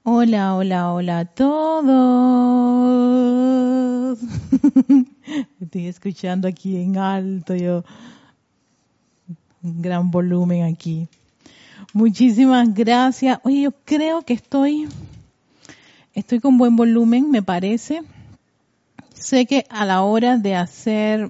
Hola, hola, hola a todos. Estoy escuchando aquí en alto, yo, un gran volumen aquí. Muchísimas gracias. Oye, yo creo que estoy con buen volumen, me parece. Sé que a la hora de hacer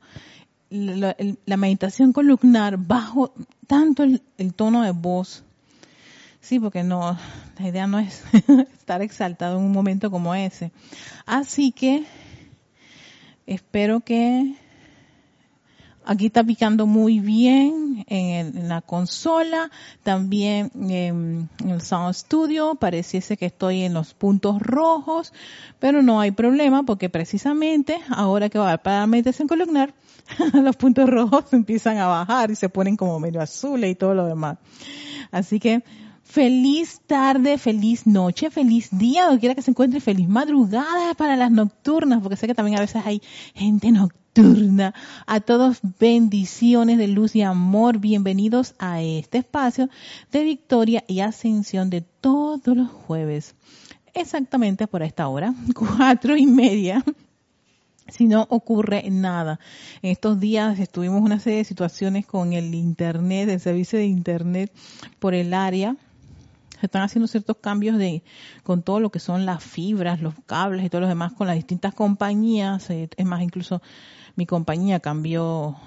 la meditación columnar bajo tanto el tono de voz. Sí, porque no, la idea no es estar exaltado en un momento como ese. Así que espero que aquí está picando muy bien en la consola, también en el Sound Studio, pareciese que estoy en los puntos rojos, pero no hay problema porque precisamente ahora que va para la meditación columnar, los puntos rojos empiezan a bajar y se ponen como medio azules y todo lo demás. Así que feliz tarde, feliz noche, feliz día, donde quiera que se encuentre, feliz madrugada para las nocturnas, porque sé que también a veces hay gente nocturna. A todos bendiciones de luz y amor, bienvenidos a este espacio de victoria y ascensión de todos los jueves. Exactamente por esta hora, 4:30. Si no ocurre nada. En estos días estuvimos una serie de situaciones con el internet, el servicio de internet por el área. Se están haciendo ciertos cambios con todo lo que son las fibras, los cables y todo lo demás con las distintas compañías. Es más, incluso mi compañía cambió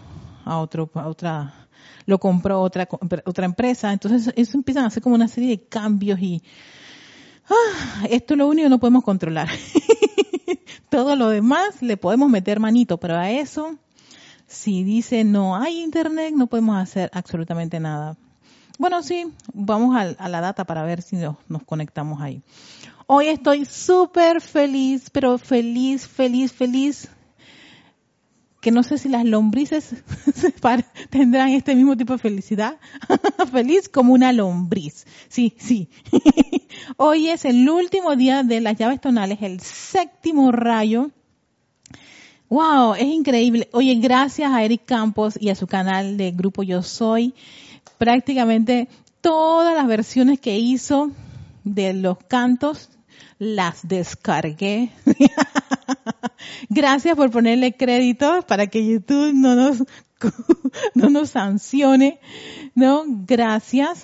lo compró otra empresa. Entonces, eso empiezan a hacer como una serie de cambios y esto es lo único que no podemos controlar. Todo lo demás le podemos meter manito, pero a eso, si dice no hay internet, no podemos hacer absolutamente nada. Bueno, sí, vamos a la data para ver si nos conectamos ahí. Hoy estoy súper feliz, pero feliz, que no sé si las lombrices tendrán este mismo tipo de felicidad. Feliz como una lombriz. Sí, sí. Hoy es el último día de las llaves tonales, el 7º rayo. Wow, es increíble. Oye, gracias a Eric Campos y a su canal de Grupo Yo Soy. Prácticamente todas las versiones que hizo de los cantos las descargué. Gracias por ponerle crédito para que YouTube no nos sancione, ¿no? Gracias.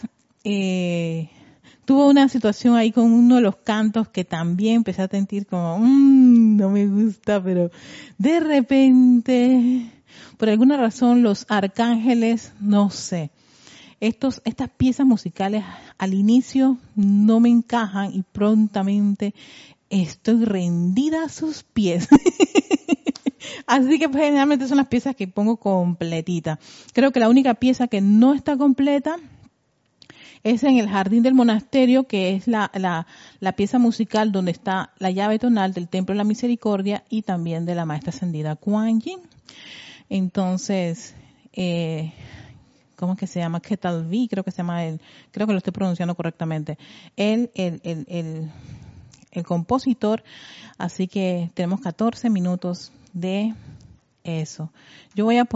Tuve una situación ahí con uno de los cantos que también empecé a sentir como, no me gusta, pero de repente, por alguna razón, los arcángeles, no sé, estas piezas musicales al inicio no me encajan y prontamente estoy rendida a sus pies. Así que pues, generalmente son las piezas que pongo completitas. Creo que la única pieza que no está completa es en el jardín del monasterio, que es la pieza musical donde está la llave tonal del Templo de la Misericordia y también de la Maestra Ascendida Kuan Yin. Entonces, ¿cómo es que se llama? Ketalvi, creo que se llama él, creo que lo estoy pronunciando correctamente. El compositor, así que tenemos 14 minutos de eso. Yo voy a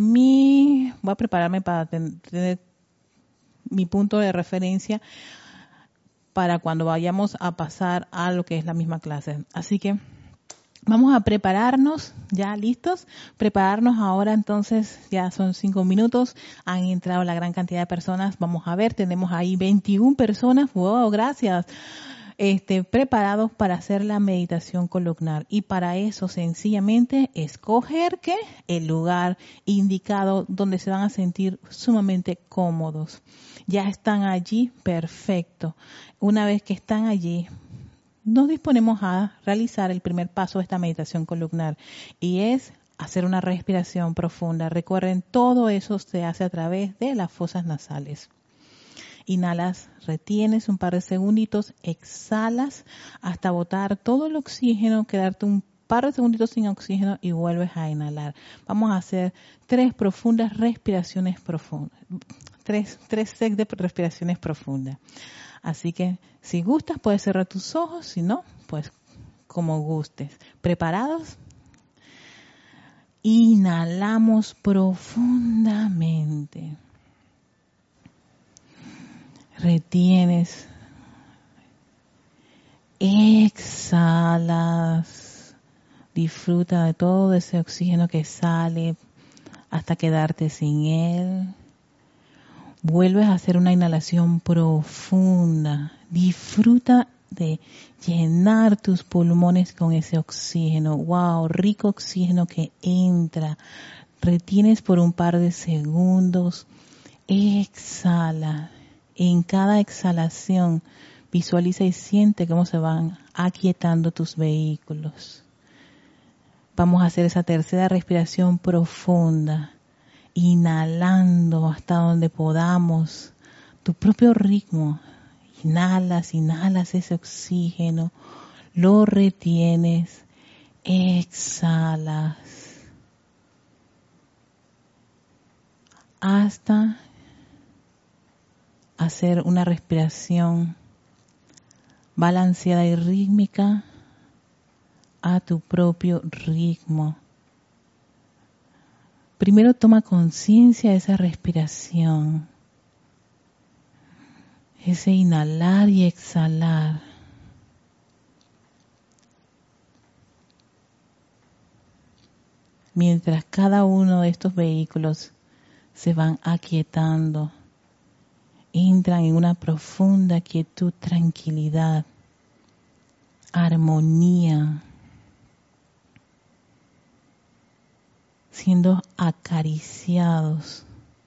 prepararme para tener mi punto de referencia para cuando vayamos a pasar a lo que es la misma clase. Así que vamos a prepararnos, ya listos, prepararnos ahora. Entonces ya son 5 minutos, han entrado la gran cantidad de personas. Vamos a ver, tenemos ahí 21 personas, wow, gracias. Preparados para hacer la meditación columnar, y para eso sencillamente escoger el lugar indicado donde se van a sentir sumamente cómodos. Ya están allí, perfecto. Una vez que están allí, nos disponemos a realizar el primer paso de esta meditación columnar, y es hacer una respiración profunda. Recuerden, todo eso se hace a través de las fosas nasales. Inhalas, retienes un par de segunditos, exhalas hasta botar todo el oxígeno, quedarte un par de segunditos sin oxígeno y vuelves a inhalar. Vamos a hacer 3 profundas respiraciones profundas. 3 sets de respiraciones profundas. Así que si gustas puedes cerrar tus ojos, si no, pues como gustes. ¿Preparados? Inhalamos profundamente. Retienes exhalas. Disfruta de todo ese oxígeno que sale hasta quedarte sin él. Vuelves a hacer una inhalación profunda. Disfruta de llenar tus pulmones con ese oxígeno. Wow, rico oxígeno que entra. Retienes por un par de segundos. Exhala. En cada exhalación, visualiza y siente cómo se van aquietando tus vehículos. Vamos a hacer esa tercera respiración profunda, inhalando hasta donde podamos, tu propio ritmo. Inhalas, inhalas ese oxígeno, lo retienes, exhalas, hasta hacer una respiración balanceada y rítmica a tu propio ritmo. Primero toma conciencia de esa respiración, ese inhalar y exhalar. Mientras cada uno de estos vehículos se van aquietando, entran en una profunda quietud, tranquilidad, armonía, siendo acariciados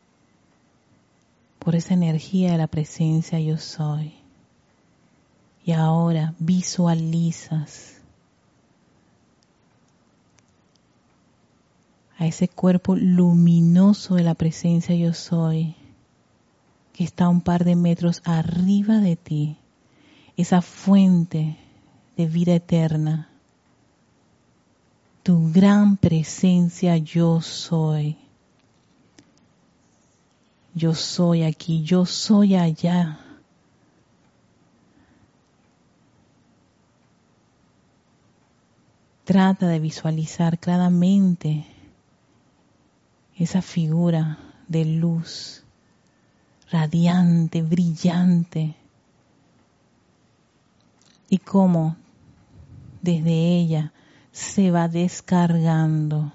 por esa energía de la presencia yo soy. Y ahora visualizas a ese cuerpo luminoso de la presencia yo soy, que está a un par de metros arriba de ti, esa fuente de vida eterna, tu gran presencia yo soy. Yo soy aquí, yo soy allá. Trata de visualizar claramente esa figura de luz radiante, brillante, y cómo desde ella se va descargando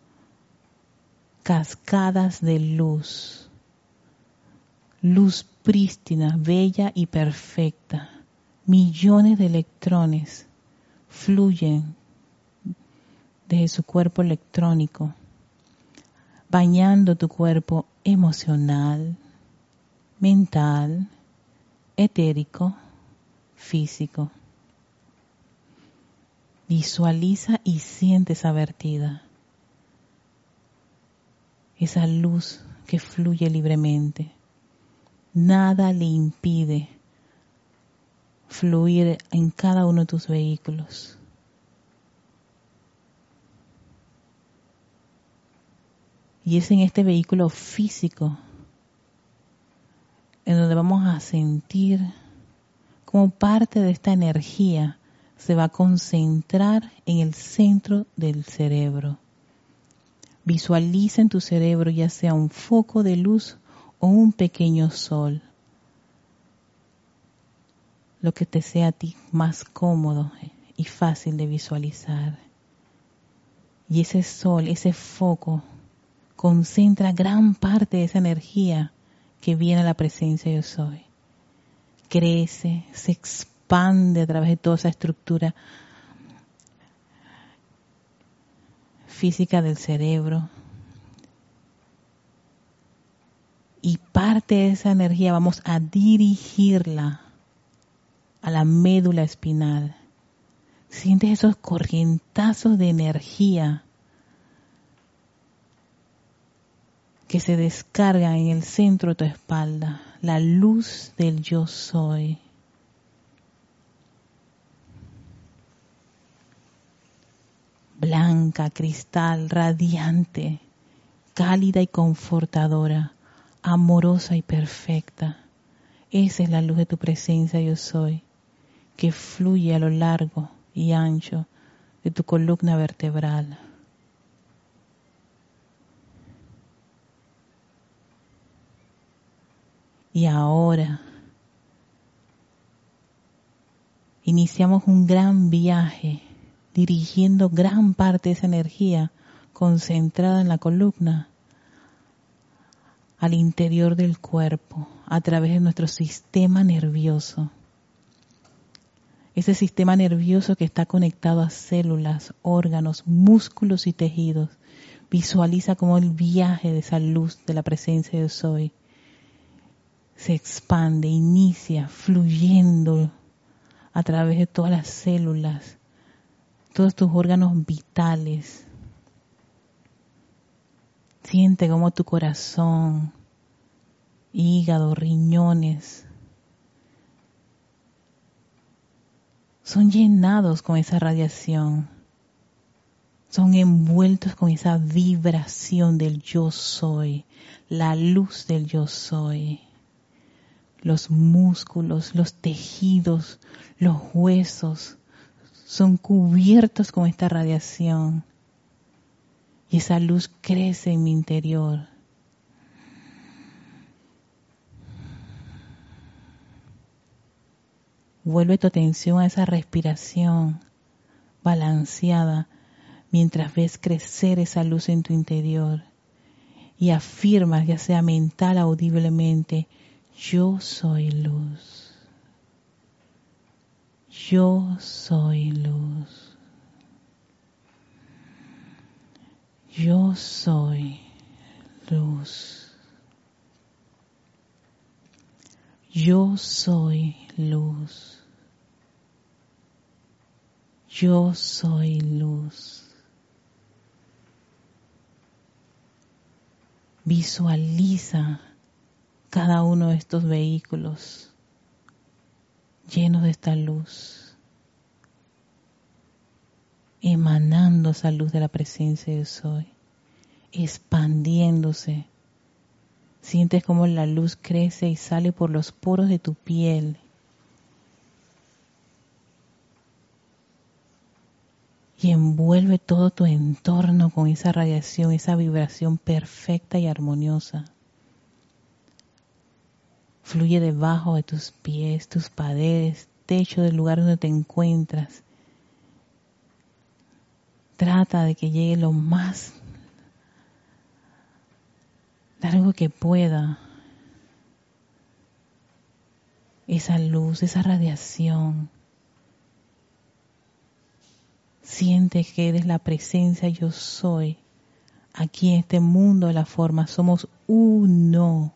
cascadas de luz, luz prístina, bella y perfecta. Millones de electrones fluyen desde su cuerpo electrónico, bañando tu cuerpo emocional, mental, etérico, físico. Visualiza y siente esa vertida, esa luz que fluye libremente. Nada le impide fluir en cada uno de tus vehículos. Y es en este vehículo físico en donde vamos a sentir cómo parte de esta energía se va a concentrar en el centro del cerebro. Visualiza en tu cerebro ya sea un foco de luz o un pequeño sol, lo que te sea a ti más cómodo y fácil de visualizar. Y ese sol, ese foco, concentra gran parte de esa energía que viene a la presencia yo soy. Crece, se expande a través de toda esa estructura física del cerebro. Y parte de esa energía vamos a dirigirla a la médula espinal. Sientes esos corrientazos de energía que se descargan en el centro de tu espalda, la luz del yo soy. Blanca, cristal, radiante, cálida y confortadora, amorosa y perfecta. Esa es la luz de tu presencia yo soy, que fluye a lo largo y ancho de tu columna vertebral. Y ahora iniciamos un gran viaje dirigiendo gran parte de esa energía concentrada en la columna al interior del cuerpo a través de nuestro sistema nervioso. Ese sistema nervioso que está conectado a células, órganos, músculos y tejidos. Visualiza cómo el viaje de esa luz de la presencia de Soy se expande, inicia fluyendo a través de todas las células, todos tus órganos vitales. Siente cómo tu corazón, hígado, riñones son llenados con esa radiación, son envueltos con esa vibración del yo soy, la luz del yo soy. Los músculos, los tejidos, los huesos son cubiertos con esta radiación y esa luz crece en mi interior. Vuelve tu atención a esa respiración balanceada mientras ves crecer esa luz en tu interior y afirmas, ya sea mental o audiblemente, yo soy luz. Yo soy luz. Yo soy luz. Yo soy luz. Yo soy luz. Visualiza cada uno de estos vehículos llenos de esta luz, emanando esa luz de la presencia de Soy, expandiéndose. Sientes cómo la luz crece y sale por los poros de tu piel. Y envuelve todo tu entorno con esa radiación, esa vibración perfecta y armoniosa. Fluye debajo de tus pies, tus paredes, techo del lugar donde te encuentras. Trata de que llegue lo más largo que pueda esa luz, esa radiación. Siente que eres la presencia yo soy. Aquí en este mundo de la forma somos uno.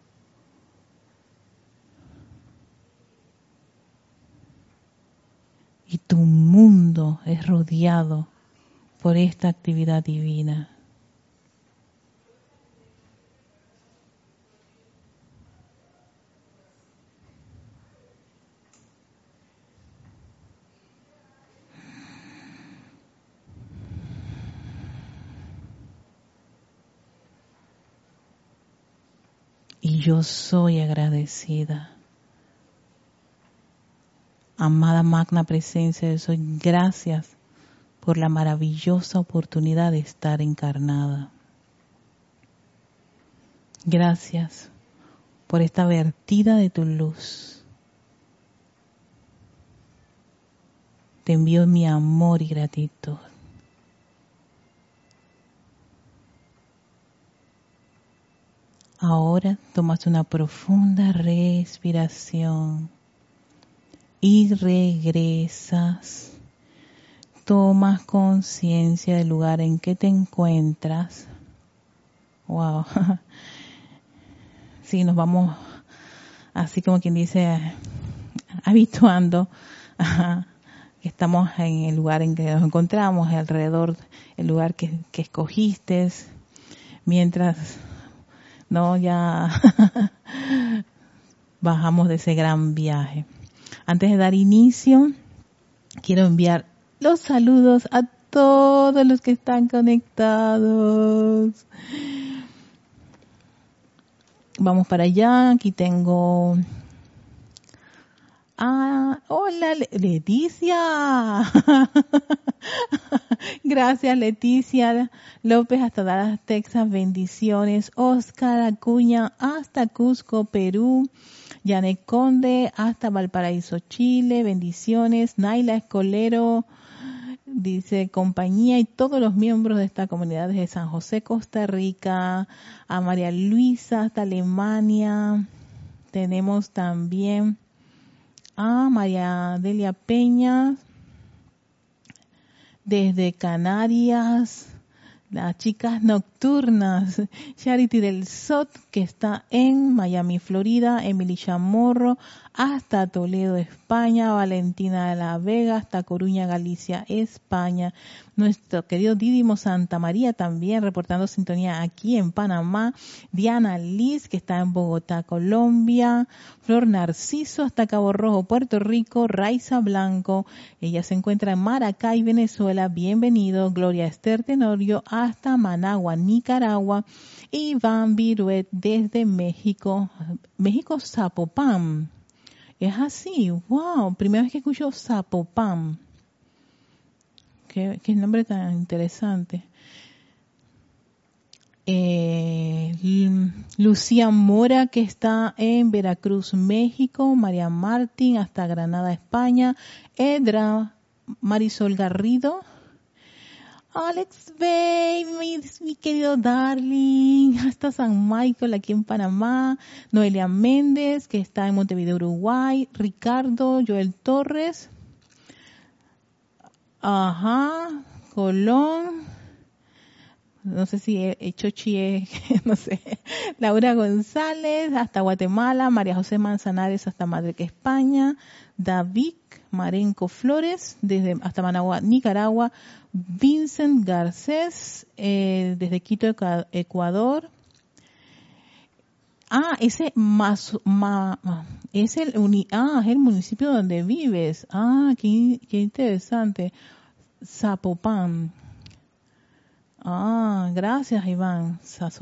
Y tu mundo es rodeado por esta actividad divina. Y yo soy agradecida. Amada magna presencia de Soy, gracias por la maravillosa oportunidad de estar encarnada. Gracias por esta vertida de tu luz. Te envío mi amor y gratitud. Ahora tomas una profunda respiración y regresas. Tomas conciencia del lugar en que te encuentras. Wow. Sí, nos vamos así como quien dice habituando. Estamos en el lugar en que nos encontramos, alrededor del lugar que escogiste, mientras no ya bajamos de ese gran viaje. Antes de dar inicio, quiero enviar los saludos a todos los que están conectados. Vamos para allá. Aquí tengo... hola Leticia. Gracias Leticia López hasta Dallas, Texas. Bendiciones. Oscar Acuña hasta Cusco, Perú. Janet Conde hasta Valparaíso, Chile, bendiciones. Naila Escolero dice compañía y todos los miembros de esta comunidad desde San José, Costa Rica. A María Luisa hasta Alemania. Tenemos también a María Delia Peña desde Canarias. Las chicas nocturnas, Charity del Sot, que está en Miami, Florida, Emily Chamorro, hasta Toledo, España, Valentina de la Vega, hasta Coruña, Galicia, España, nuestro querido Didimo Santa María también reportando sintonía aquí en Panamá, Diana Liz, que está en Bogotá, Colombia, Flor Narciso, hasta Cabo Rojo, Puerto Rico, Raiza Blanco, ella se encuentra en Maracay, Venezuela, bienvenido, Gloria Esther Tenorio, hasta Managua, Nicaragua, Iván Viruet desde México, Zapopan. Es así, wow, primera vez que escucho Zapopan. Qué nombre tan interesante. Lucía Mora, que está en Veracruz, México, María Martín hasta Granada, España, Edra Marisol Garrido, Alex Bay, mi querido darling, hasta San Michael aquí en Panamá, Noelia Méndez, que está en Montevideo, Uruguay, Ricardo Joel Torres, Colón, no sé si Chochi no sé, Laura González, hasta Guatemala, María José Manzanares hasta Madrid, España, David Marenco Flores, hasta Managua, Nicaragua, Vincent Garcés, desde Quito, Ecuador. Es el municipio donde vives. Qué interesante. Zapopan. Gracias, Iván.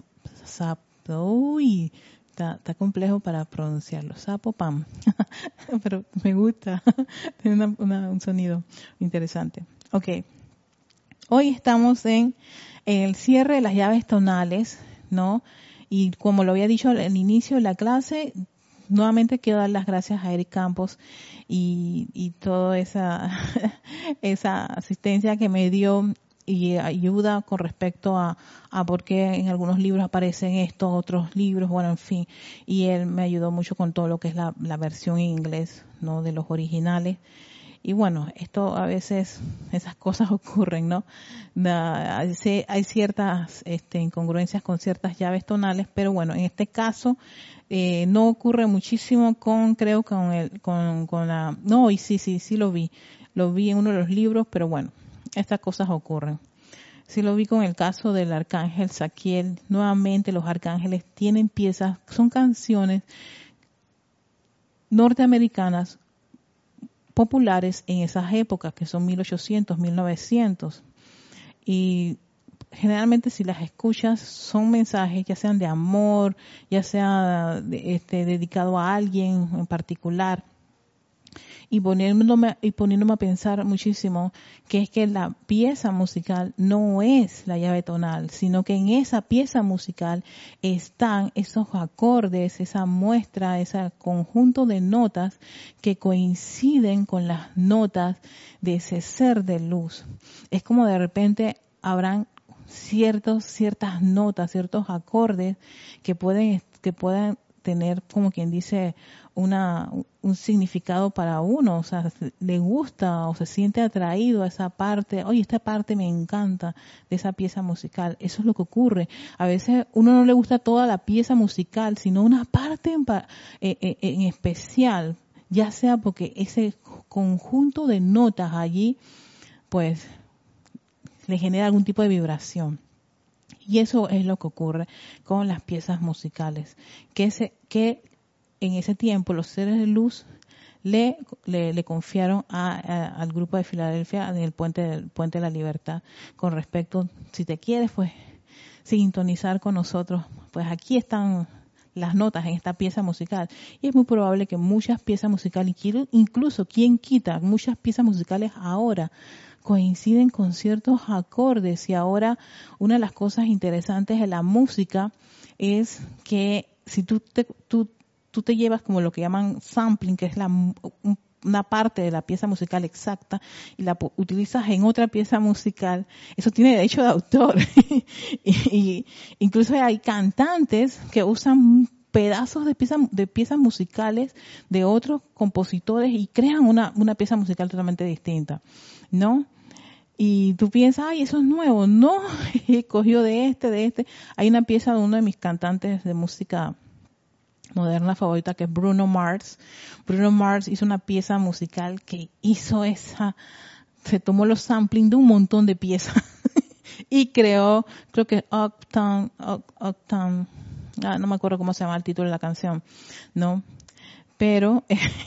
Uy, está complejo para pronunciarlo. Zapopan. Pero me gusta. Tiene un sonido interesante. Okay. Hoy estamos en el cierre de las llaves tonales, ¿no? Y como lo había dicho al inicio de la clase, nuevamente quiero dar las gracias a Eric Campos y toda esa asistencia que me dio y ayuda con respecto a por qué en algunos libros aparecen estos otros libros, bueno, en fin. Y él me ayudó mucho con todo lo que es la versión en inglés, ¿no? De los originales. Y bueno, esto a veces, esas cosas ocurren, ¿no? Hay ciertas incongruencias con ciertas llaves tonales, pero bueno, en este caso no ocurre muchísimo con la... No, y sí lo vi en uno de los libros, pero bueno, estas cosas ocurren. Sí lo vi con el caso del arcángel Saquiel. Nuevamente los arcángeles tienen piezas, son canciones norteamericanas populares en esas épocas, que son 1800, 1900. Y generalmente si las escuchas son mensajes ya sean de amor, ya sea dedicado a alguien en particular. Y poniéndome a pensar muchísimo que es que la pieza musical no es la llave tonal, sino que en esa pieza musical están esos acordes, esa muestra, ese conjunto de notas que coinciden con las notas de ese ser de luz. Es como de repente habrán ciertas notas, ciertos acordes que pueden tener, como quien dice, un significado para uno, o sea, le gusta o se siente atraído a esa parte. Oye, esta parte me encanta de esa pieza musical. Eso es lo que ocurre. A veces uno no le gusta toda la pieza musical, sino una parte en especial, ya sea porque ese conjunto de notas allí, pues, le genera algún tipo de vibración. Y eso es lo que ocurre con las piezas musicales, que en ese tiempo los seres de luz le confiaron al grupo de Filadelfia en el puente de la Libertad con respecto, si te quieres pues sintonizar con nosotros, pues aquí están las notas en esta pieza musical. Y es muy probable que muchas piezas musicales, incluso quien quita, muchas piezas musicales ahora coinciden con ciertos acordes. Y ahora una de las cosas interesantes de la música es que si tú tú te llevas como lo que llaman sampling, que es una parte de la pieza musical exacta, y la utilizas en otra pieza musical, eso tiene derecho de autor. y incluso hay cantantes que usan pedazos de piezas musicales de otros compositores y crean una pieza musical totalmente distinta, ¿no? Y tú piensas, ay, eso es nuevo. No, cogió de este. Hay una pieza de uno de mis cantantes de música moderna favorita, que es Bruno Mars. Bruno Mars hizo una pieza musical que se tomó los sampling de un montón de piezas y creó, creo que Uptown, no me acuerdo cómo se llama el título de la canción, ¿no? Pero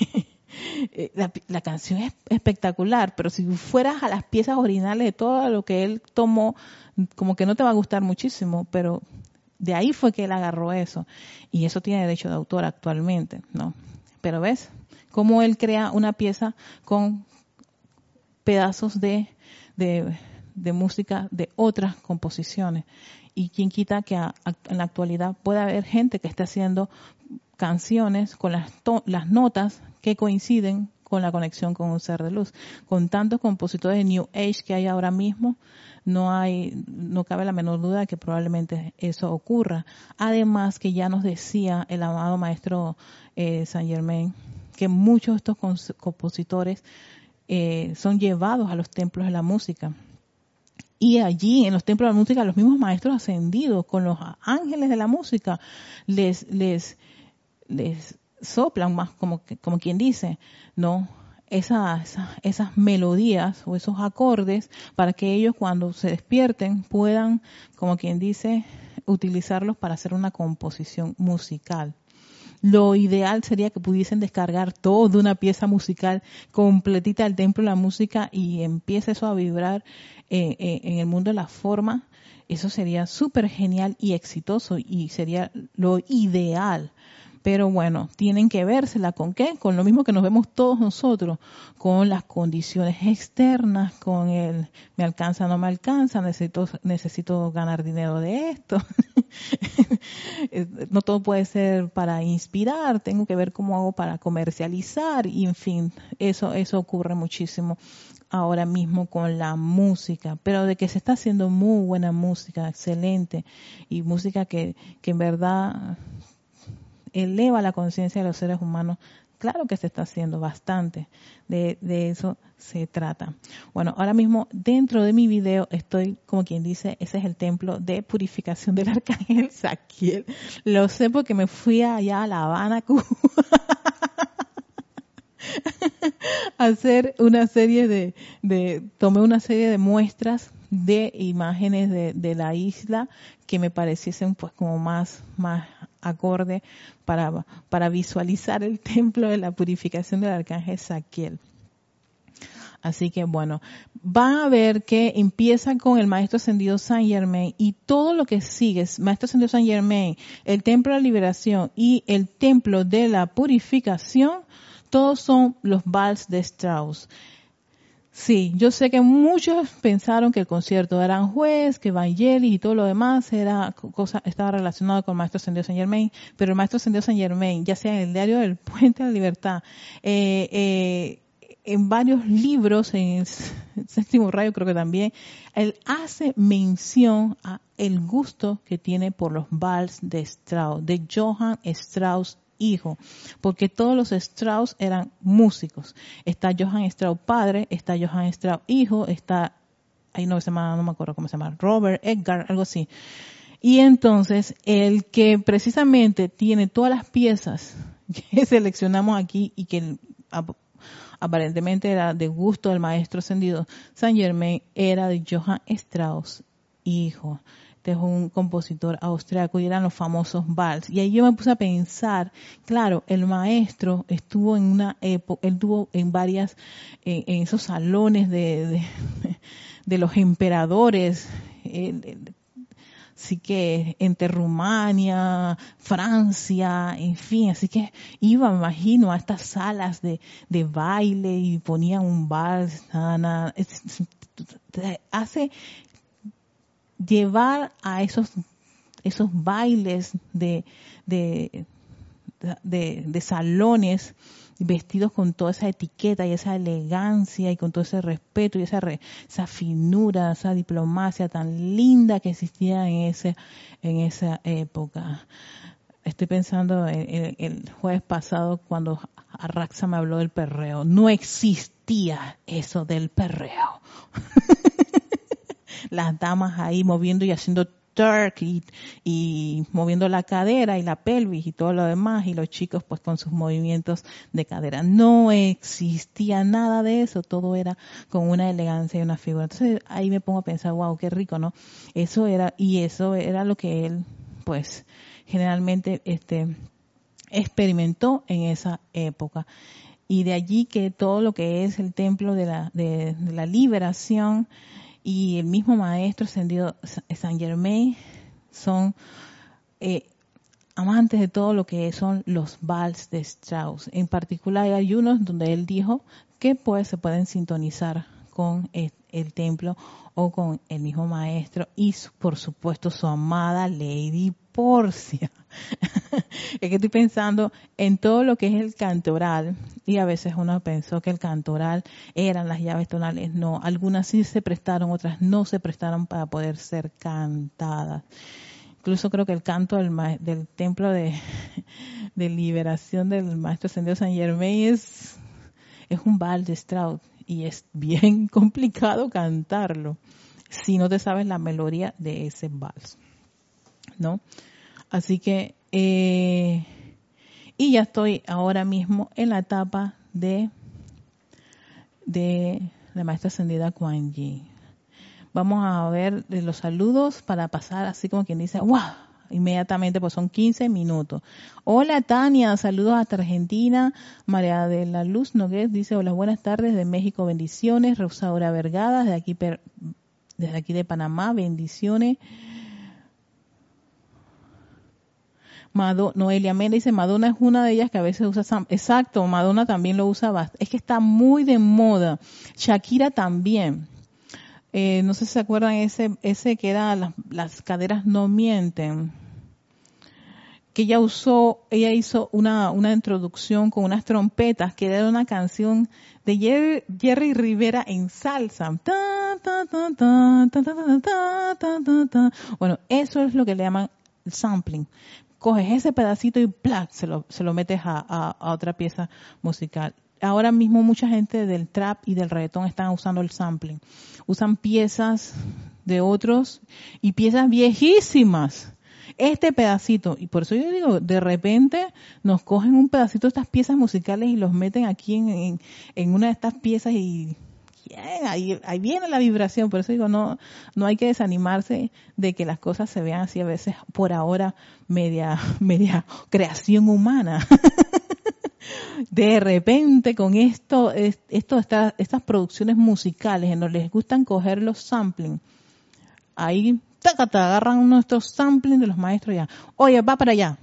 la canción es espectacular, pero si fueras a las piezas originales de todo lo que él tomó, como que no te va a gustar muchísimo, pero de ahí fue que él agarró eso. Y eso tiene derecho de autor actualmente, ¿no? Pero ves cómo él crea una pieza con pedazos de música de otras composiciones. Y quién quita que en la actualidad pueda haber gente que esté haciendo canciones con las notas que coinciden con la conexión con un ser de luz. Con tantos compositores de New Age que hay ahora mismo, no cabe la menor duda de que probablemente eso ocurra. Además que ya nos decía el amado maestro Saint Germain que muchos de estos compositores son llevados a los templos de la música. Y allí, en los templos de la música, los mismos maestros ascendidos, con los ángeles de la música, les soplan más, como quien dice, ¿no? Esas melodías o esos acordes para que ellos cuando se despierten puedan, como quien dice, utilizarlos para hacer una composición musical. Lo ideal sería que pudiesen descargar toda una pieza musical completita del templo de la música y empiece eso a vibrar en el mundo de la forma. Eso sería súper genial y exitoso y sería lo ideal. Pero bueno, tienen que vérsela con qué, con lo mismo que nos vemos todos nosotros, con las condiciones externas, con el me alcanza, no me alcanza, necesito ganar dinero de esto. No todo puede ser para inspirar, tengo que ver cómo hago para comercializar y en fin, eso ocurre muchísimo ahora mismo con la música, pero de que se está haciendo muy buena música, excelente, y música que en verdad eleva la conciencia de los seres humanos, claro que se está haciendo bastante, de eso se trata. Bueno, ahora mismo dentro de mi video estoy, como quien dice, ese es el templo de purificación del arcángel Zadkiel. Lo sé porque me fui allá a La Habana, Cuba, a hacer una serie tomé una serie de muestras de imágenes de la isla que me pareciesen pues como más acorde para visualizar el templo de la purificación del arcángel Zadkiel. Así que bueno, van a ver que empieza con el Maestro Ascendido Saint Germain y todo lo que sigue, Maestro Ascendido Saint Germain, el Templo de la Liberación y el Templo de la Purificación, todos son los vals de Strauss. Sí, yo sé que muchos pensaron que el concierto de Aranjuez, que Vangelis y todo lo demás estaba relacionado con el Maestro Ascendido Saint Germain, pero el Maestro Ascendido Saint Germain, ya sea en el Diario del Puente de la Libertad, en varios libros, en el Séptimo Rayo creo que también, él hace mención a el gusto que tiene por los vals de Strauss, de Johann Strauss hijo, porque todos los Strauss eran músicos. Está Johann Strauss padre, está Johann Strauss hijo, está, ahí no me acuerdo cómo se llama, Robert, Edgar, algo así. Y entonces, el que precisamente tiene todas las piezas que seleccionamos aquí y que aparentemente era de gusto del maestro ascendido Saint Germain, era de Johann Strauss hijo. Este es un compositor austriaco y eran los famosos vals. Y ahí yo me puse a pensar, claro, el maestro estuvo en una época, él estuvo en varias, en esos salones de los emperadores, así que entre Rumania, Francia, en fin, así que iba, me imagino, a estas salas de baile y ponían un vals, hace llevar a esos bailes de de salones vestidos con toda esa etiqueta y esa elegancia y con todo ese respeto y esa finura, esa diplomacia tan linda que existía en esa época. Estoy pensando en el jueves pasado cuando Arraxa me habló del perreo. No existía eso del perreo. Las damas ahí moviendo y haciendo twerk y moviendo la cadera y la pelvis y todo lo demás, y los chicos pues con sus movimientos de cadera. No existía nada de eso, todo era con una elegancia y una figura. Entonces ahí me pongo a pensar, wow, qué rico, ¿no? Eso era lo que él pues generalmente experimentó en esa época. Y de allí que todo lo que es el templo de la liberación y el mismo maestro ascendido Saint Germain son amantes de todo lo que son los vals de Strauss. En particular hay unos donde él dijo que pues se pueden sintonizar con el templo o con el mismo maestro y por supuesto su amada Lady Porcia. Es que estoy pensando en todo lo que es el cantoral, y a veces uno pensó que el cantoral eran las llaves tonales. No, algunas sí se prestaron, otras no se prestaron para poder ser cantadas. Incluso creo que el canto del templo de liberación del maestro ascendido Saint Germain es un vals de Strauss y es bien complicado cantarlo si no te sabes la melodía de ese vals, ¿no? Así que y ya estoy ahora mismo en la etapa de la maestra ascendida Kuan Yin. Vamos a ver los saludos para pasar así como quien dice, ¡wow! Inmediatamente, pues son 15 minutos. Hola Tania, saludos hasta Argentina. María de la Luz Nogués dice, hola, buenas tardes de México, bendiciones. Rosaura Vergada, desde aquí de Panamá, bendiciones. Noelia Mena dice, Madonna es una de ellas que a veces usa exacto, Madonna también lo usa bastante. Es que está muy de moda. Shakira también. No sé si se acuerdan ese que era las caderas no mienten. Que ella hizo una introducción con unas trompetas, que era una canción de Jerry Rivera en salsa. Bueno, eso es lo que le llaman sampling. Coges ese pedacito y ¡plac! se lo metes a otra pieza musical. Ahora mismo mucha gente del trap y del reggaetón están usando el sampling. Usan piezas de otros y piezas viejísimas. Este pedacito, y por eso yo digo, de repente nos cogen un pedacito de estas piezas musicales y los meten aquí en una de estas piezas y ahí viene la vibración. Por eso digo, no hay que desanimarse de que las cosas se vean así a veces por ahora media creación humana. De repente con estas producciones musicales en donde les gustan coger los sampling, ahí te agarran nuestros sampling de los maestros ya. Oye, va para allá.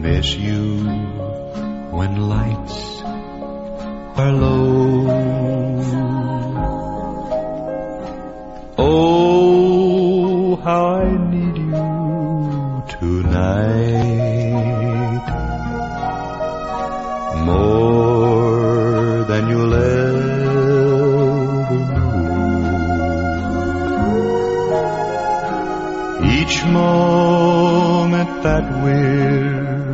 miss you when lights are low. Oh, how I need you tonight, more than you'll ever know. Each moment that we're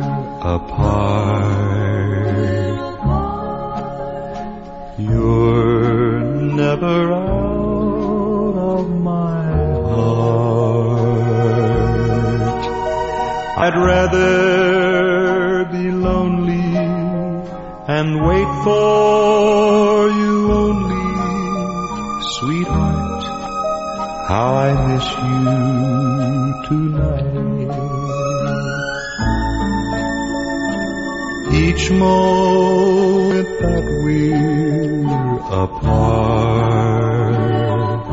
apart, you're never out of my heart. I'd rather be lonely and wait for you only, sweetheart, how I miss you tonight. Each moment that we're apart,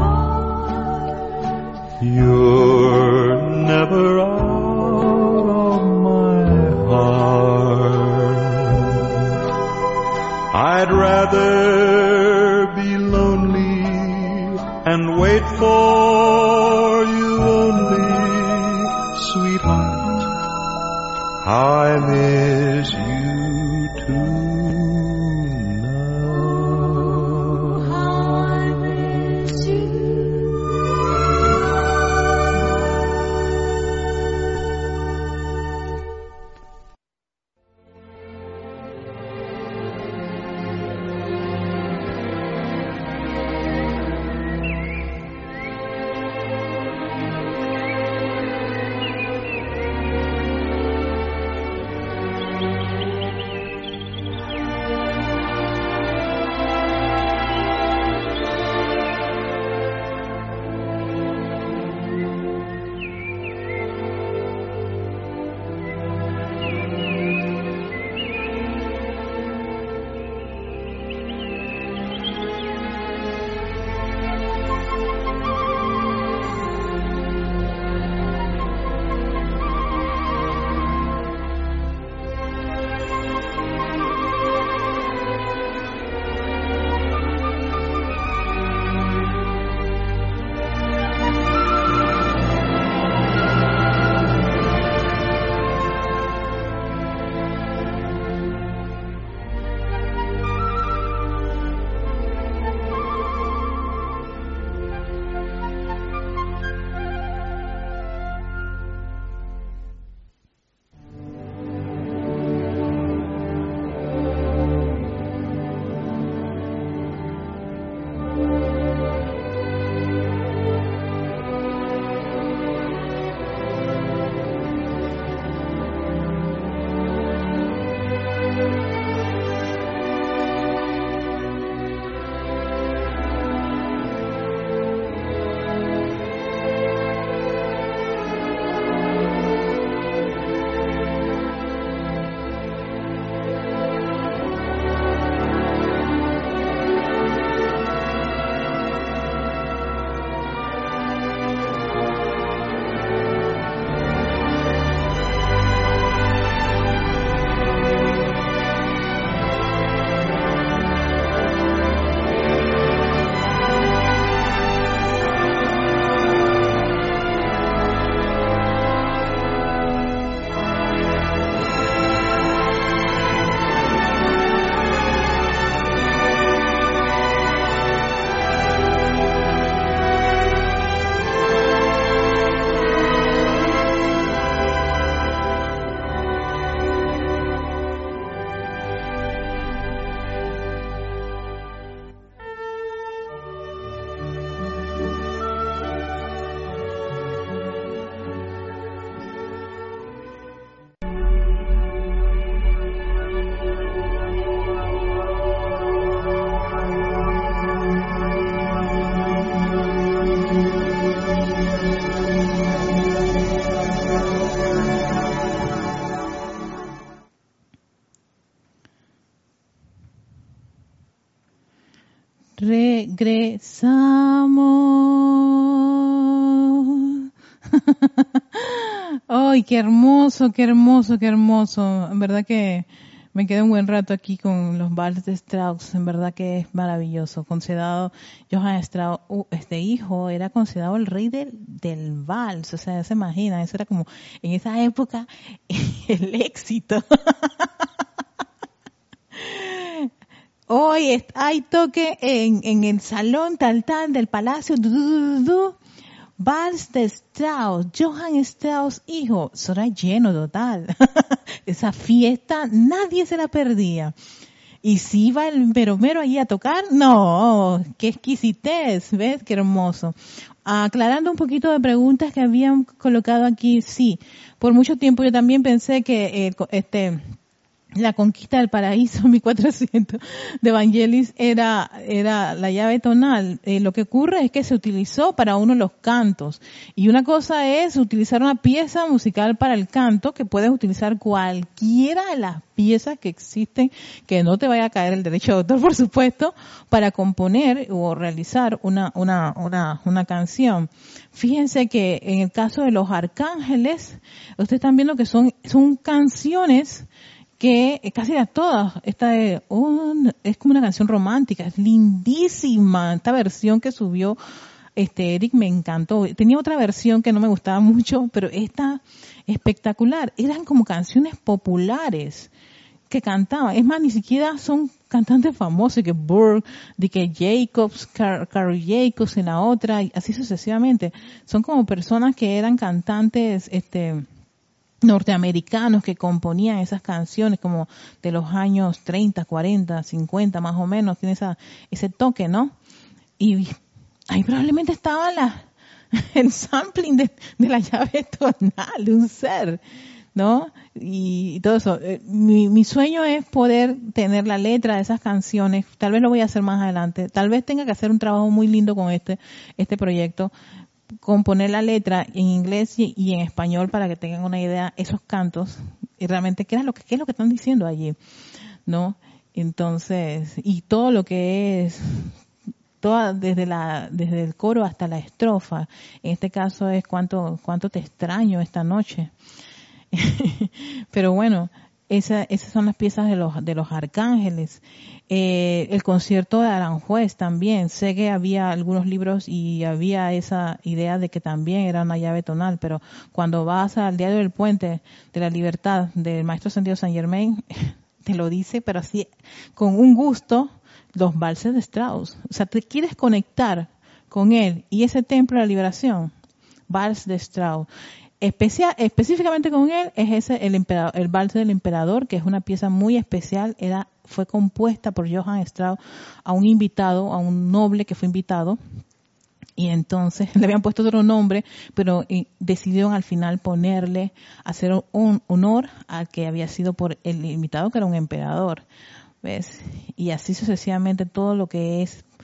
you're never out of my heart. I'd rather be lonely and wait for you only, sweetheart, how I miss you tonight. Regresamos. ¡Ay, qué hermoso, qué hermoso, qué hermoso! En verdad que me quedé un buen rato aquí con los vals de Strauss. En verdad que es maravilloso. Considerado, Johann Strauss, este hijo, era considerado el rey del vals. O sea, se imaginan, eso era como en esa época el éxito. Hoy hay toque en el salón tal del palacio. Vals de Strauss, Johann Strauss, hijo, eso era lleno total. Esa fiesta nadie se la perdía. Y si iba el mero allí a tocar, no, qué exquisitez, ¿ves? Qué hermoso. Aclarando un poquito de preguntas que habían colocado aquí, sí, por mucho tiempo yo también pensé que la conquista del paraíso, 1400 de Vangelis, era la llave tonal. Lo que ocurre es que se utilizó para uno de los cantos. Y una cosa es utilizar una pieza musical para el canto, que puedes utilizar cualquiera de las piezas que existen, que no te vaya a caer el derecho de autor, por supuesto, para componer o realizar una canción. Fíjense que en el caso de los arcángeles, ustedes están viendo que son canciones que casi a todas, esta es como una canción romántica, es lindísima. Esta versión que subió Eric me encantó. Tenía otra versión que no me gustaba mucho, pero esta espectacular. Eran como canciones populares que cantaban. Es más, ni siquiera son cantantes famosos, que Burr, de que Jacobs, Carl Jacobs en la otra, y así sucesivamente. Son como personas que eran cantantes, norteamericanos que componían esas canciones como de los años 30, 40, 50 más o menos, tiene ese toque, ¿no? Y ahí probablemente estaba el sampling de la llave tonal de un ser, ¿no? Y todo eso. Mi sueño es poder tener la letra de esas canciones, tal vez lo voy a hacer más adelante, tal vez tenga que hacer un trabajo muy lindo con este proyecto, componer la letra en inglés y en español para que tengan una idea esos cantos y realmente qué es lo que están diciendo allí, ¿no? Entonces, y todo lo que es desde el coro hasta la estrofa, en este caso es cuánto te extraño esta noche. Pero bueno, esas son las piezas de los arcángeles. El concierto de Aranjuez también. Sé que había algunos libros y había esa idea de que también era una llave tonal, pero cuando vas al Diario del Puente de la Libertad del Maestro Ascendido Saint Germain, te lo dice, pero así, con un gusto, los valses de Strauss. O sea, te quieres conectar con él y ese templo de la liberación, vals de Strauss. Específicamente con él es el vals del emperador, que es una pieza muy especial. Fue compuesta por Johann Strauss a un noble que fue invitado, y entonces le habían puesto otro nombre, pero decidieron al final hacer un honor al que había sido por el invitado, que era un emperador, ¿ves? Y así sucesivamente todo lo que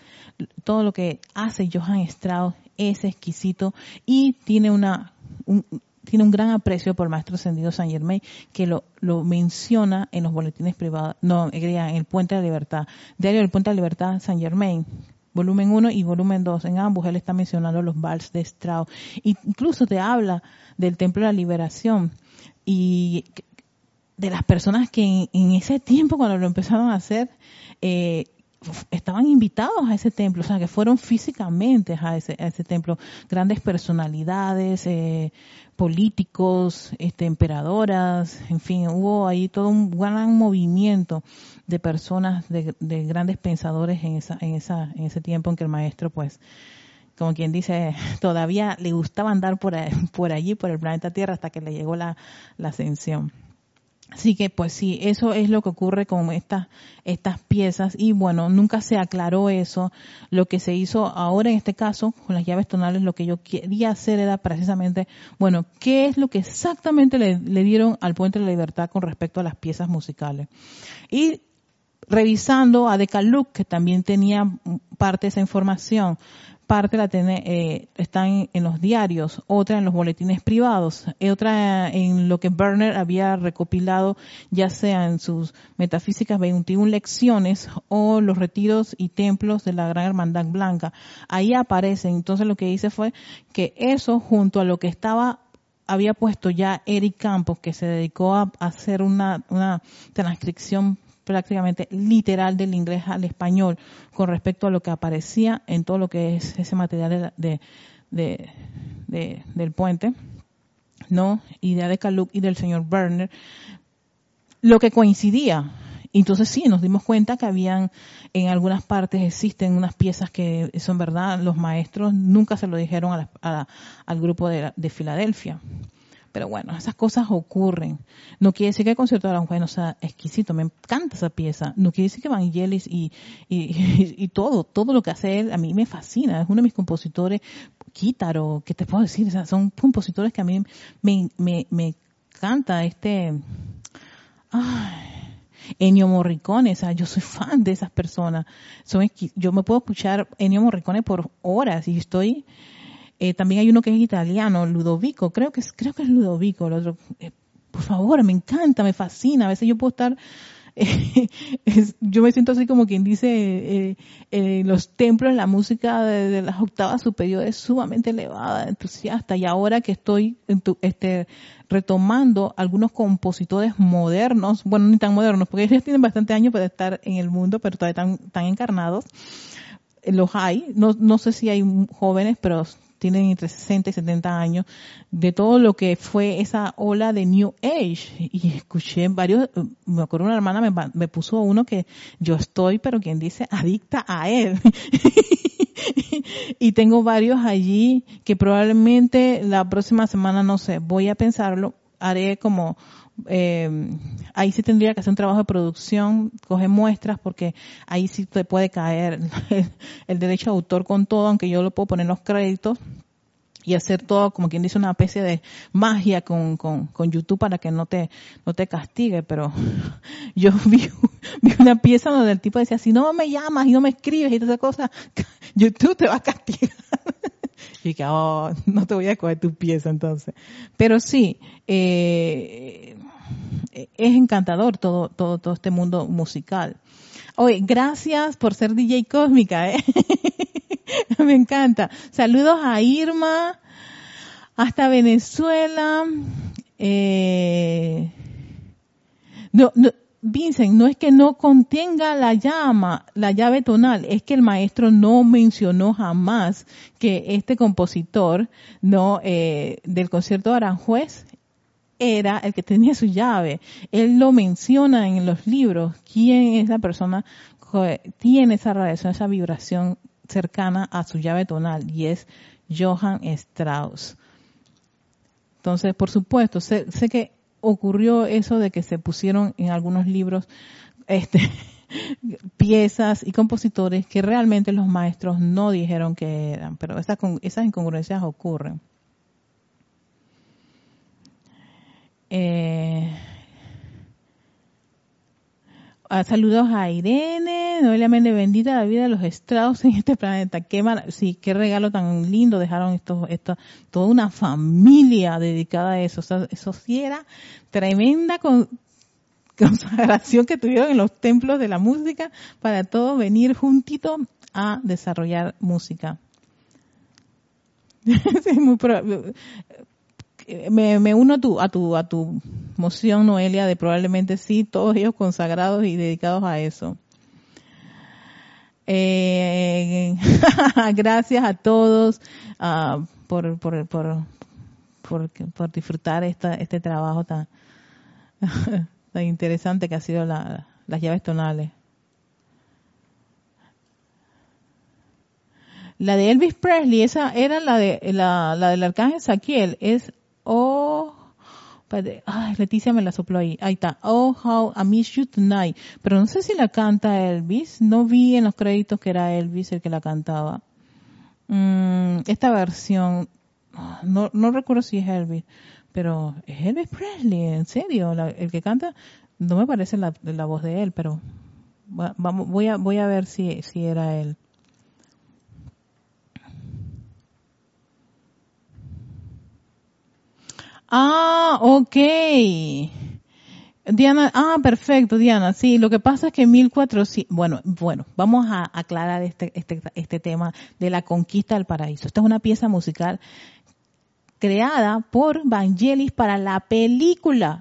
hace Johann Strauss es exquisito y tiene un gran aprecio por el Maestro Ascendido Saint Germain, que lo menciona en los boletines privados, en el Puente de la Libertad, Diario del Puente de la Libertad Saint Germain, volumen 1 y volumen 2. En ambos él está mencionando los vals de Strauss. Incluso te habla del Templo de la Liberación y de las personas que en ese tiempo, cuando lo empezaron a hacer, estaban invitados a ese templo, o sea, que fueron físicamente a ese templo, grandes personalidades, políticos, emperadoras, en fin, hubo ahí todo un gran movimiento de personas, de grandes pensadores en ese tiempo en que el maestro, pues, como quien dice, todavía le gustaba andar por allí, por el planeta Tierra, hasta que le llegó la ascensión. Así que pues sí, eso es lo que ocurre con estas piezas, y bueno, nunca se aclaró eso. Lo que se hizo ahora en este caso con las llaves tonales, lo que yo quería hacer era precisamente, bueno, ¿qué es lo que exactamente le dieron al Puente de la Libertad con respecto a las piezas musicales? Y revisando a Decaluk, que también tenía parte de esa información, parte está en los diarios, otra en los boletines privados, otra en lo que Berner había recopilado, ya sea en sus Metafísicas 21 lecciones o los retiros y templos de la Gran Hermandad Blanca. Ahí aparecen. Entonces lo que hice fue que eso, junto a lo que estaba había puesto ya Eric Campos, que se dedicó a hacer una transcripción prácticamente literal del inglés al español con respecto a lo que aparecía en todo lo que es ese material del puente, ¿no? Idea de Kaluk y del señor Werner, lo que coincidía. Entonces sí, nos dimos cuenta que habían, en algunas partes existen unas piezas que son verdad, los maestros nunca se lo dijeron al grupo de Filadelfia. Pero bueno, esas cosas ocurren. No quiere decir que el concierto de Aranjuez no sea exquisito, me encanta esa pieza. No quiere decir que Vangelis y todo lo que hace él, a mí me fascina. Es uno de mis compositores, Kitaro, ¿qué te puedo decir? O sea, son compositores que a mí me encanta Ennio Morricone, o sea, yo soy fan de esas personas. Yo me puedo escuchar Ennio Morricone por horas y estoy... también hay uno que es italiano, Ludovico, creo que es Ludovico, el otro. Por favor, me encanta, me fascina. A veces yo puedo estar... yo me siento así como quien dice los templos, la música de las octavas superiores sumamente elevada, entusiasta, y ahora que estoy retomando algunos compositores modernos, bueno, ni tan modernos, porque ellos tienen bastante años para estar en el mundo, pero todavía están encarnados, los hay, no sé si hay jóvenes, pero tienen entre 60 y 70 años, de todo lo que fue esa ola de New Age. Y escuché varios, me acuerdo una hermana me puso uno que yo estoy, pero quien dice, adicta a él. Y tengo varios allí que probablemente la próxima semana, no sé, voy a pensarlo, haré como... ahí sí tendría que hacer un trabajo de producción, coger muestras, porque ahí sí te puede caer el derecho de autor con todo, aunque yo lo puedo poner en los créditos y hacer todo como quien dice una especie de magia con YouTube para que no te castigue. Pero yo vi una pieza donde el tipo decía, si no me llamas y no me escribes y todas esas cosas, YouTube te va a castigar. Y dije, no te voy a coger tu pieza entonces. Pero sí, es encantador todo este mundo musical. Oye, gracias por ser DJ Cósmica, me encanta. Saludos a Irma, hasta Venezuela. Vincent, no es que no contenga la llave tonal, es que el maestro no mencionó jamás que este compositor, del concierto de Aranjuez, era el que tenía su llave. Él lo menciona en los libros. ¿Quién es la persona que tiene esa radiación, esa vibración cercana a su llave tonal? Y es Johann Strauss. Entonces, por supuesto, sé que ocurrió eso de que se pusieron en algunos libros piezas y compositores que realmente los maestros no dijeron que eran, pero esas incongruencias ocurren. Saludos a Irene, Noelia Méndez, bendita la vida de los Strauss en este planeta. Qué regalo tan lindo dejaron toda una familia dedicada a eso. O sea, eso sí era tremenda consagración que tuvieron en los templos de la música para todos venir juntitos a desarrollar música. Es muy me uno a tu moción, Noelia, de probablemente sí, todos ellos consagrados y dedicados a eso. Gracias a todos por disfrutar este trabajo tan interesante que ha sido las llaves tonales. La de Elvis Presley, esa era la del Arcángel Saquiel, es Leticia me la sopló ahí está, Oh How I Miss You Tonight, pero no sé si la canta Elvis, no vi en los créditos que era Elvis el que la cantaba. Esta versión, no recuerdo si es Elvis, pero es Elvis Presley, en serio, el que canta, no me parece la voz de él, pero voy a ver si era él. Okay. Diana, perfecto, Diana. Sí, lo que pasa es que 1400, bueno, vamos a aclarar este tema de la conquista del paraíso. Esta es una pieza musical creada por Vangelis para la película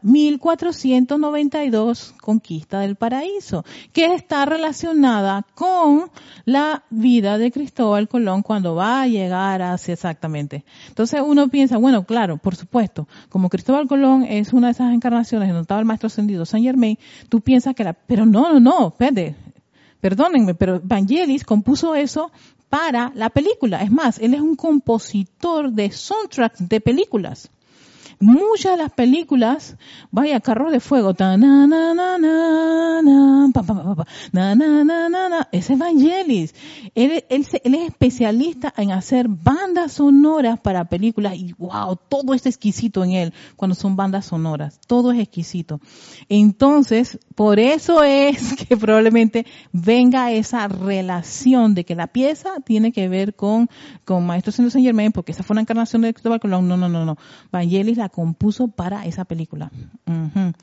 1492, Conquista del Paraíso, que está relacionada con la vida de Cristóbal Colón cuando va a llegar hacia exactamente. Entonces uno piensa, bueno, claro, por supuesto, como Cristóbal Colón es una de esas encarnaciones donde estaba el Maestro Ascendido Saint Germain, tú piensas que pero no, espérate, perdónenme, pero Vangelis compuso eso para la película. Es más, él es un compositor de soundtracks de películas. Muchas de las películas, vaya, Carros de Fuego, ta na na na na na, pa pa pa pa, na na na na na, ese es Vangelis. Él es especialista en hacer bandas sonoras para películas y wow, todo es exquisito en él cuando son bandas sonoras, todo es exquisito. Entonces, por eso es que probablemente venga esa relación de que la pieza tiene que ver con Maestro Ascendido Saint Germain, porque esa fue una encarnación de Cristóbal Colón. No. Vangelis la compuso para esa película. Uh-huh.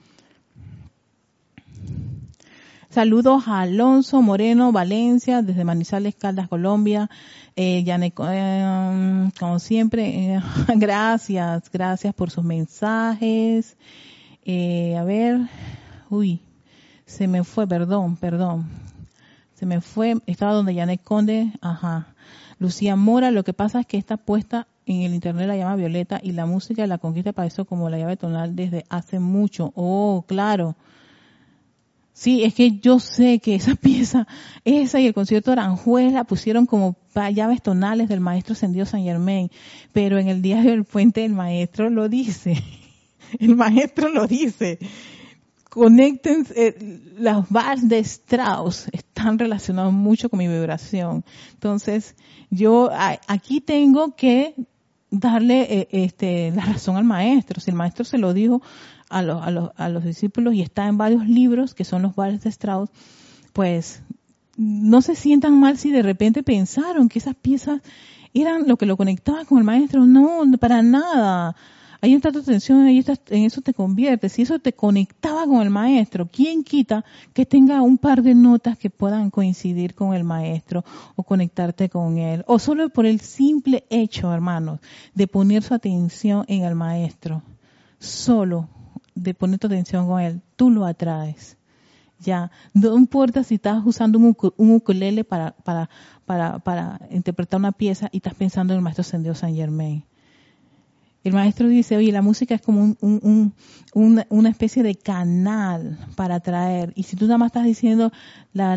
Saludos a Alonso Moreno Valencia desde Manizales, Caldas, Colombia. Yanek, como siempre, gracias por sus mensajes. A ver, se me fue, perdón. Se me fue, estaba donde Yanek Conde, Lucía Mora, lo que pasa es que está puesta en el internet la llama Violeta y la música de la conquista apareció como la llave tonal desde hace mucho. Oh, claro. Sí, es que yo sé que esa pieza, esa y el concierto de Aranjuez la pusieron como llaves tonales del Maestro Ascendido Saint Germain, pero en el Diario del Puente el Maestro lo dice. El Maestro lo dice. Conecten, las bars de Strauss están relacionados mucho con mi vibración. Entonces, yo aquí tengo que darle la razón al maestro. Si el maestro se lo dijo a los discípulos y está en varios libros que son los vals de Strauss, pues no se sientan mal si de repente pensaron que esas piezas eran lo que lo conectaba con el maestro. No, para nada. Ahí está tu atención, en eso te conviertes. Si eso te conectaba con el maestro, ¿quién quita que tenga un par de notas que puedan coincidir con el maestro o conectarte con él? O solo por el simple hecho, hermanos, de poner su atención en el maestro. Solo de poner tu atención con él, tú lo atraes. Ya, no importa si estás usando un ukulele para interpretar una pieza y estás pensando en el Maestro Ascendido Saint Germain. El maestro dice, oye, la música es como una especie de canal para atraer. Y si tú nada más estás diciendo la,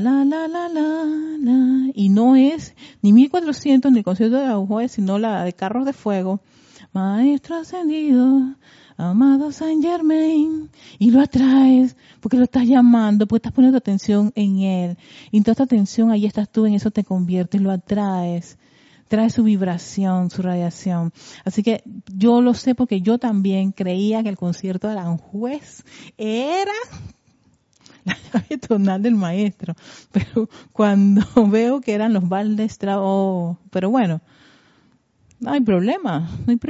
y no es ni 1400 ni el concierto de Aranjuez, sino la de Carros de Fuego, Maestro Ascendido, amado Saint Germain, y lo atraes porque lo estás llamando, porque estás poniendo atención en él. Y toda esta atención, ahí estás tú, en eso te conviertes, lo atraes. Trae su vibración, su radiación. Así que yo lo sé porque yo también creía que el concierto de Aranjuez era la llave tonal del maestro. Pero cuando veo que eran los vals de Strauss, pero bueno, no hay problema.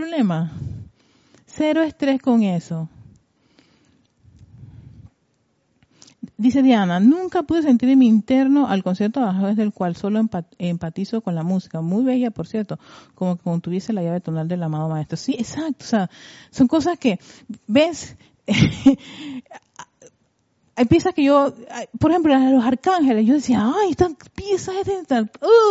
Cero estrés con eso. Dice Diana, nunca pude sentir en mi interno al concierto a través del cual solo empatizo con la música. Muy bella, por cierto, como que tuviese la llave tonal del amado maestro. Sí, exacto. O sea, son cosas que, ¿ves? Hay piezas que yo, por ejemplo, las de los arcángeles, yo decía, ay, estas piezas de tal...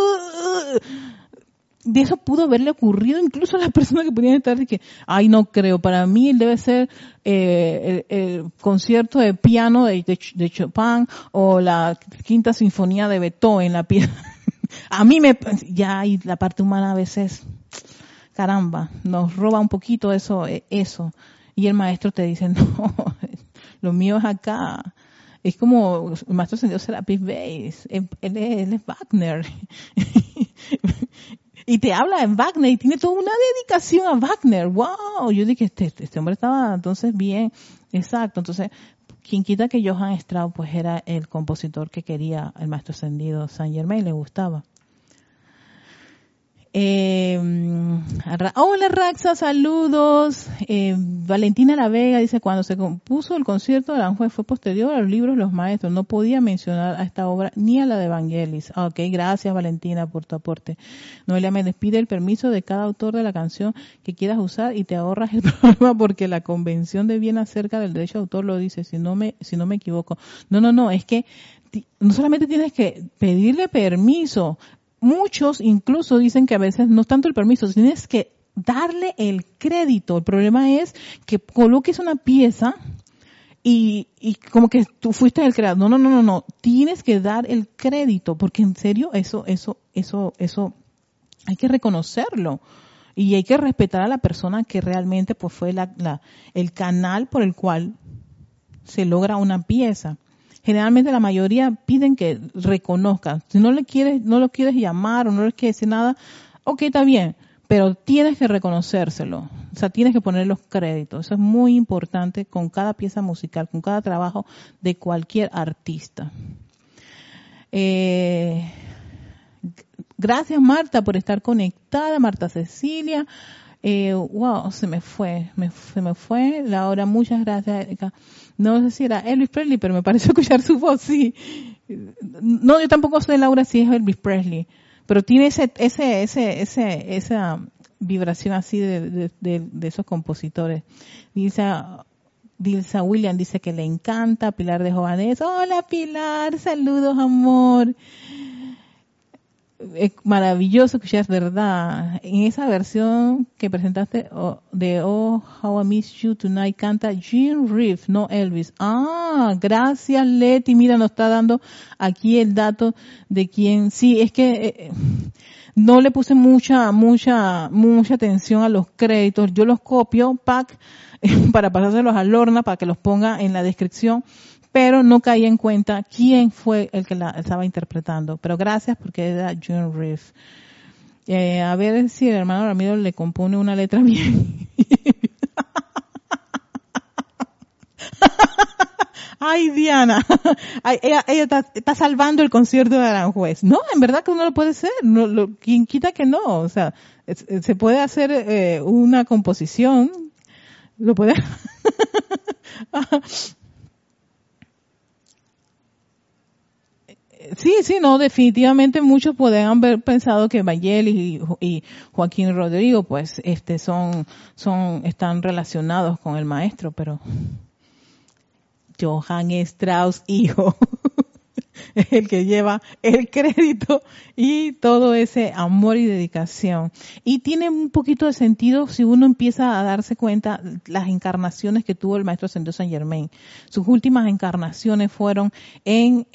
de eso pudo haberle ocurrido incluso a las personas que podían estar de que, ay, no creo, para mí debe ser el concierto de piano de Chopin o la quinta sinfonía de Beethoven, la pieza. A mí ya, y la parte humana a veces, caramba, nos roba un poquito eso. Y el maestro te dice, no, lo mío es acá. Es como el maestro Ascendido Serapis Bey, él es Wagner. Y te habla en Wagner y tiene toda una dedicación a Wagner. ¡Wow! Yo dije, este hombre estaba entonces bien. Exacto. Entonces, quien quita que Johann Strauss pues era el compositor que quería el Maestro Ascendido Saint Germain, le gustaba. Hola Raxa, saludos. Valentina La Vega dice, cuando se compuso el concierto de Aranjuez fue posterior a los libros Los Maestros. No podía mencionar a esta obra ni a la de Vangelis. Ok, gracias Valentina por tu aporte. Noelia Méndez, pide el permiso de cada autor de la canción que quieras usar y te ahorras el problema porque la Convención de Viena acerca del derecho de autor lo dice, si no me equivoco. No, es que no solamente tienes que pedirle permiso. Muchos incluso dicen que a veces no es tanto el permiso, tienes que darle el crédito. El problema es que coloques una pieza y como que tú fuiste el creador. No. Tienes que dar el crédito porque en serio eso hay que reconocerlo y hay que respetar a la persona que realmente pues fue el canal por el cual se logra una pieza. Generalmente la mayoría piden que reconozcas. Si no lo quieres llamar o no le quieres decir nada, ok, está bien, pero tienes que reconocérselo. O sea, tienes que poner los créditos. Eso es muy importante con cada pieza musical, con cada trabajo de cualquier artista. Gracias Marta por estar conectada, Marta Cecilia. Wow, se me fue la hora. Muchas gracias, Erika. No sé si era Elvis Presley, pero me pareció escuchar su voz, sí. No, yo tampoco sé, Laura, si es Elvis Presley, pero tiene esa vibración así de esos compositores. Dilsa William dice que le encanta. Pilar de Jovanes, hola Pilar, saludos amor. Es maravilloso escuchar, ¿verdad? En esa versión que presentaste de Oh, How I Miss You Tonight canta Gene Reeves, no Elvis. Ah, gracias Leti. Mira, nos está dando aquí el dato de quién. Sí, es que no le puse mucha atención a los créditos. Yo los copio, para pasárselos a Lorna para que los ponga en la descripción, pero no caí en cuenta quién fue el que la estaba interpretando. Pero gracias porque era Gene Reeves. A ver si el hermano Ramiro le compone una letra bien. Ay, Diana, ella está salvando el concierto de Aranjuez. No, en verdad que uno lo puede hacer. ¿Quién quita que no? O sea, se puede hacer una composición. Lo puede. Sí, no, definitivamente muchos pueden haber pensado que Vangelis y Joaquín Rodrigo, pues, están relacionados con el maestro, pero Johann Strauss, hijo, es el que lleva el crédito y todo ese amor y dedicación. Y tiene un poquito de sentido si uno empieza a darse cuenta las encarnaciones que tuvo el maestro Ascendido Saint Germain. Sus últimas encarnaciones fueron en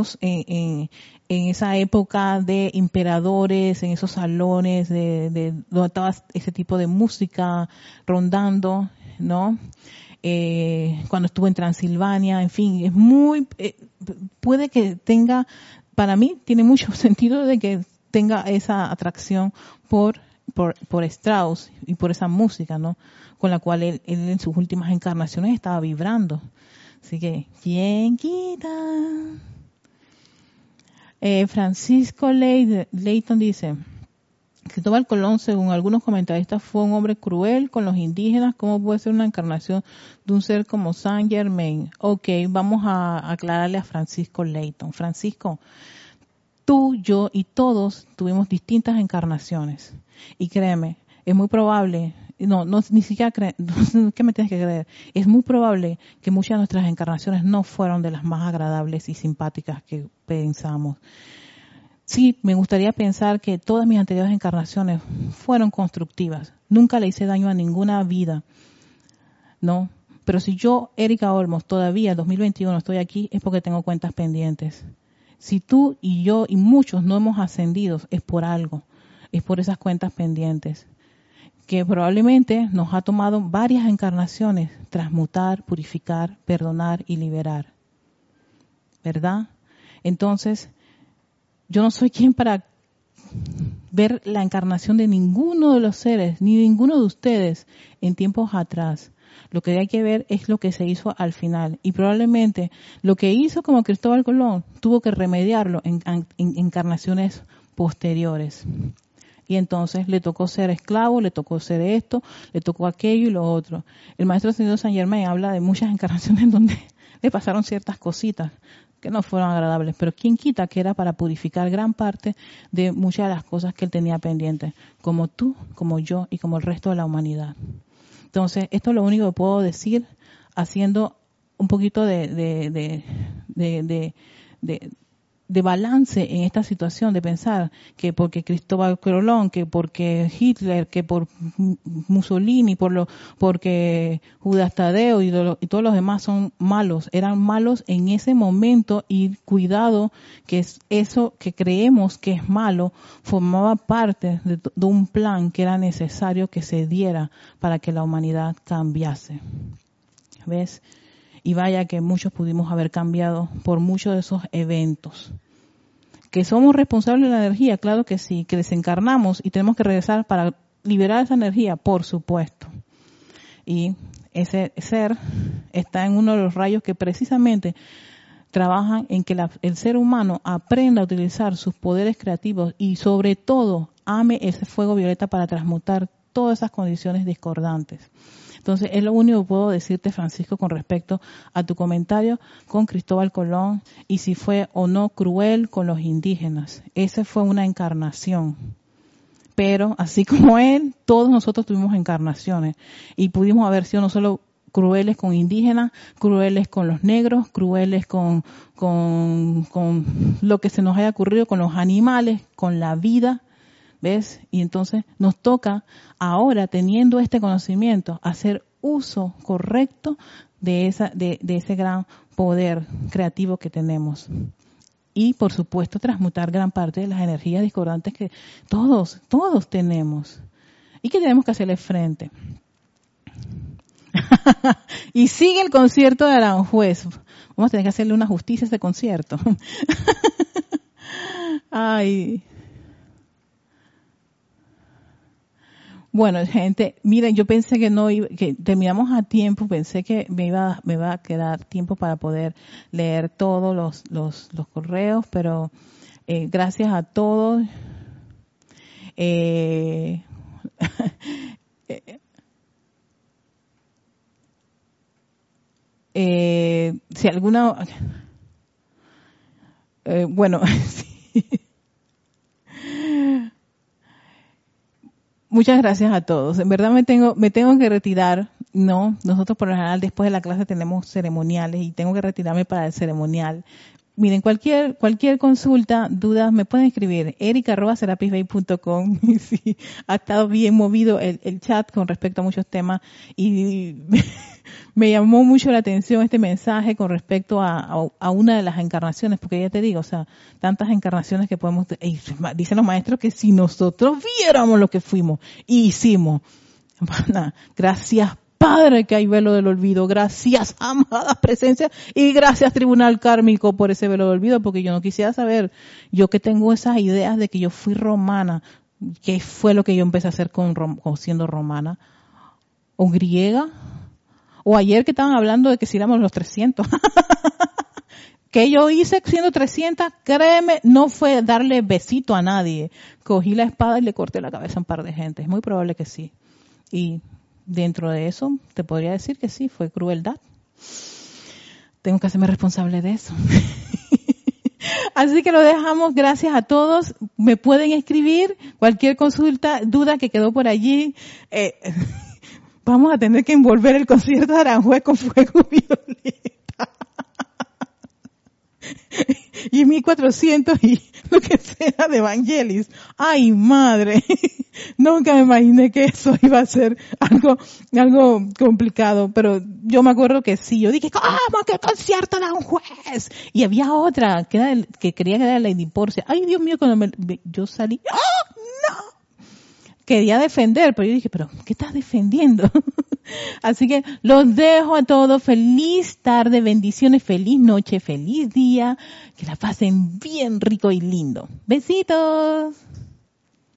esa época de emperadores, en esos salones de donde estaba ese tipo de música rondando, ¿no? Cuando estuvo en Transilvania, en fin, es muy, puede que tenga, para mí tiene mucho sentido de que tenga esa atracción por Strauss y por esa música, ¿no? Con la cual él en sus últimas encarnaciones estaba vibrando. Así que, ¿quién quita? Francisco Leighton dice, Cristóbal Colón, según algunos comentaristas, fue un hombre cruel con los indígenas. ¿Cómo puede ser una encarnación de un ser como Saint Germain? Ok, vamos a aclararle a Francisco Leighton. Francisco, tú, yo y todos tuvimos distintas encarnaciones. Y créeme, es muy probable, ni siquiera ¿qué me tienes que creer? Es muy probable que muchas de nuestras encarnaciones no fueron de las más agradables y simpáticas que pensamos. Sí, me gustaría pensar que todas mis anteriores encarnaciones fueron constructivas. Nunca le hice daño a ninguna vida, ¿no? Pero si yo, Erika Olmos, todavía en 2021 estoy aquí, es porque tengo cuentas pendientes. Si tú y yo y muchos no hemos ascendido, es por algo. Es por esas cuentas pendientes. Que probablemente nos ha tomado varias encarnaciones transmutar, purificar, perdonar y liberar. ¿Verdad? Entonces, yo no soy quien para ver la encarnación de ninguno de los seres, ni de ninguno de ustedes en tiempos atrás. Lo que hay que ver es lo que se hizo al final. Y probablemente lo que hizo como Cristóbal Colón tuvo que remediarlo en encarnaciones posteriores. Y entonces le tocó ser esclavo, le tocó ser esto, le tocó aquello y lo otro. El maestro ascendido Saint Germain habla de muchas encarnaciones en donde le pasaron ciertas cositas que no fueron agradables, pero quién quita que era para purificar gran parte de muchas de las cosas que él tenía pendientes, como tú, como yo y como el resto de la humanidad. Entonces, esto es lo único que puedo decir, haciendo un poquito de balance en esta situación, de pensar que porque Cristóbal Colón, que porque Hitler, que por Mussolini, porque Judas Tadeo y todos los demás son malos, eran malos en ese momento, y cuidado que es eso que creemos que es malo formaba parte de un plan que era necesario que se diera para que la humanidad cambiase. ¿Ves? Y vaya que muchos pudimos haber cambiado por muchos de esos eventos. ¿Que somos responsables de la energía? Claro que sí. ¿Que desencarnamos y tenemos que regresar para liberar esa energía? Por supuesto. Y ese ser está en uno de los rayos que precisamente trabajan en que el ser humano aprenda a utilizar sus poderes creativos y sobre todo ame ese fuego violeta para transmutar todas esas condiciones discordantes. Entonces, es lo único que puedo decirte, Francisco, con respecto a tu comentario con Cristóbal Colón y si fue o no cruel con los indígenas. Esa fue una encarnación. Pero, así como él, todos nosotros tuvimos encarnaciones y pudimos haber sido no solo crueles con indígenas, crueles con los negros, crueles con lo que se nos haya ocurrido, con los animales, con la vida. ¿Ves? Y entonces nos toca ahora, teniendo este conocimiento, hacer uso correcto de ese gran poder creativo que tenemos. Y, por supuesto, transmutar gran parte de las energías discordantes que todos tenemos. Y que tenemos que hacerle frente. Y sigue el concierto de Aranjuez. Vamos a tener que hacerle una justicia a ese concierto. Ay. Bueno, gente, miren, yo pensé que terminamos a tiempo, pensé que me iba a quedar tiempo para poder leer todos los correos, pero gracias a todos. Si alguna, bueno, sí. Muchas gracias a todos. En verdad me tengo que retirar. No, nosotros por lo general después de la clase tenemos ceremoniales y tengo que retirarme para el ceremonial. Miren, cualquier consulta, dudas, me pueden escribir erica@serapisbay.com. Sí, ha estado bien movido el chat con respecto a muchos temas y me llamó mucho la atención este mensaje con respecto a una de las encarnaciones, porque ya te digo, o sea, tantas encarnaciones que podemos, dicen los maestros que si nosotros viéramos lo que fuimos y hicimos, gracias Padre que hay velo del olvido, gracias amada presencia y gracias tribunal kármico por ese velo del olvido, porque yo no quisiera saber, yo que tengo esas ideas de que yo fui romana, ¿qué fue lo que yo empecé a hacer siendo romana? ¿O griega? O ayer que estaban hablando de que si éramos los 300. ¿Qué yo hice siendo 300? Créeme, no fue darle besito a nadie. Cogí la espada y le corté la cabeza a un par de gente. Es muy probable que sí. Y dentro de eso, te podría decir que sí, fue crueldad. Tengo que hacerme responsable de eso. Así que lo dejamos. Gracias a todos. Me pueden escribir cualquier consulta, duda que quedó por allí. Vamos a tener que envolver el concierto de Aranjuez con fuego violeta. Y 1400 y lo que sea de Evangelis. ¡Ay, madre! Nunca me imaginé que eso iba a ser algo complicado, pero yo me acuerdo que sí. Yo dije, ¿cómo que concierto de Aranjuez? Y había otra que quería que era Lady Porcia. ¡Ay, Dios mío! Cuando yo salí, ¡oh, no! Quería defender, pero yo dije, ¿pero qué estás defendiendo? Así que los dejo a todos. Feliz tarde, bendiciones, feliz noche, feliz día. Que la pasen bien rico y lindo. Besitos.